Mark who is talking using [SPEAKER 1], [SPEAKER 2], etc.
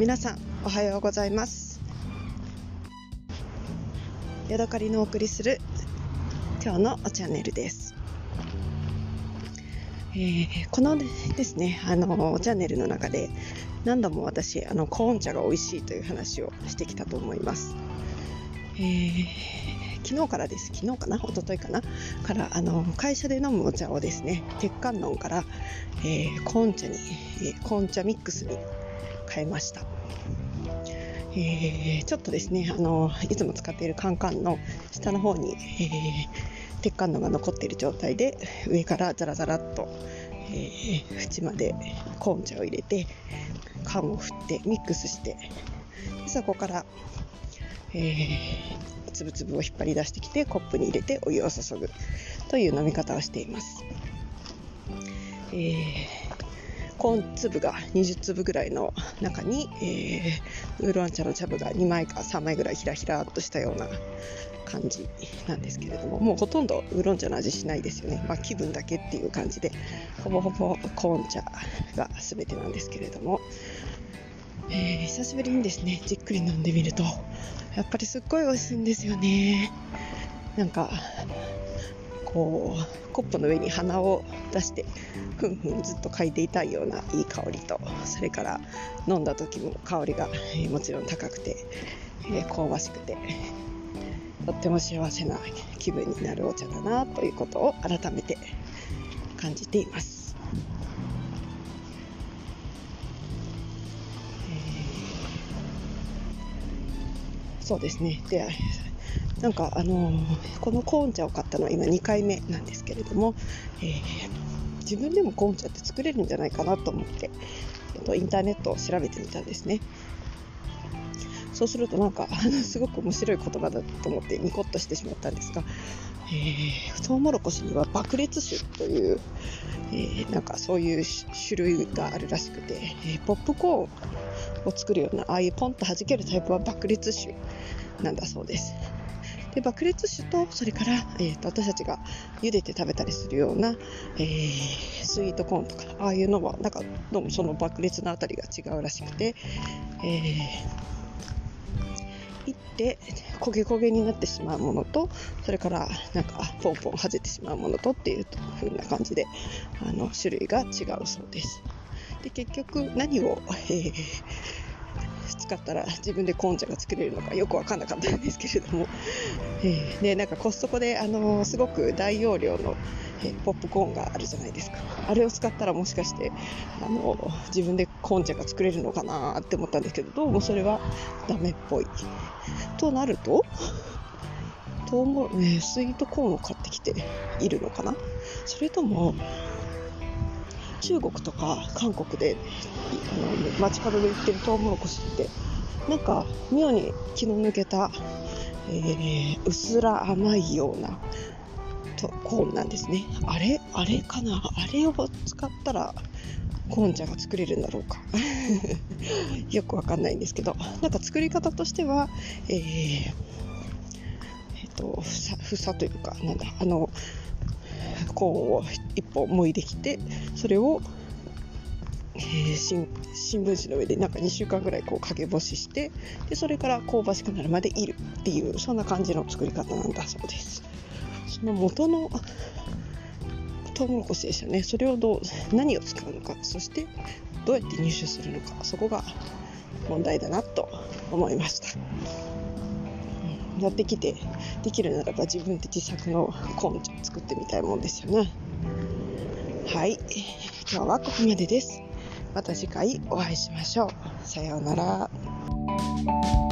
[SPEAKER 1] 皆さんおはようございます。ヤドカリのお送りする今日のチャンネルです。このですねチャンネルの中で何度も私コーン茶が美味しいという話をしてきたと思います。昨日かな一昨日かなから会社で飲むお茶をですね、鉄観音から、コーン茶に、コーン茶ミックスに変えました。ちょっとですねいつも使っているカンカンの下の方に、鉄観音が残っている状態で上からザラザラっと、縁までコーン茶を入れて缶を振ってミックスして、そこからつぶつぶを引っ張り出してきてコップに入れてお湯を注ぐという飲み方をしています。コーン粒が20粒ぐらいの中に、ウーロン茶の茶葉が2枚か3枚ぐらいひらひらっとしたような感じなんですけれども、もうほとんどウーロン茶の味しないですよね。気分だけっていう感じでほぼほぼコーン茶が全てなんですけれども、久しぶりにですねじっくり飲んでみるとやっぱりすっごい美味しいんですよね。なんかこうコップの上に鼻を出してふんふんずっと嗅いでいたいようないい香りと、それから飲んだ時も香りが、もちろん高くて、香ばしくてとっても幸せな気分になるお茶だなということを改めて感じています。そうですね。でなんかこのコーン茶を買ったのは今2回目なんですけれども、自分でもコーン茶って作れるんじゃないかなと思ってインターネットを調べてみたんですね。そうするとなんかすごく面白い言葉だと思ってニコッとしてしまったんですが、トウモロコシには爆裂種という、なんかそういう種類があるらしくて、ポップコーンを作るようなああいうポンと弾けるタイプは爆裂種なんだそうです。で爆裂種とそれから、私たちが茹でて食べたりするような、スイートコーンとかああいうのはなんかどうもその爆裂のあたりが違うらしくて、いって焦げ焦げになってしまうものと、それからなんかポンポンはぜてしまうものとっていう風な感じで種類が違うそうです。で結局何を、使ったら自分でコーン茶が作れるのかよく分かんなかったんですけれども、でなんかコストコですごく大容量の、ポップコーンがあるじゃないですか。あれを使ったらもしかして自分でコーン茶が作れるのかなって思ったんですけど、どうもそれはダメっぽいとなるとスイートコーンを買ってきているのかな。それとも中国とか韓国で街角で売ってるトウモロコシってなんか妙に気の抜けた、うすら甘いようなコーンなんですね。あれかな、あれを使ったらコーン茶が作れるんだろうかよくわかんないんですけど、なんか作り方としては房というかなんだコーンを一本剥いできて、それを、新聞紙の上でなんか2週間ぐらい陰干しして、でそれから香ばしくなるまでいるっていう、そんな感じの作り方なんだそうです。その元のトウモロコシですよね。それを何を使うのか、そしてどうやって入手するのか、そこが問題だなと思いました。やってきてできるならば自分で自作のコーン茶を作ってみたいもんですよね。はい、今日はここまでです。また次回お会いしましょう。さようなら。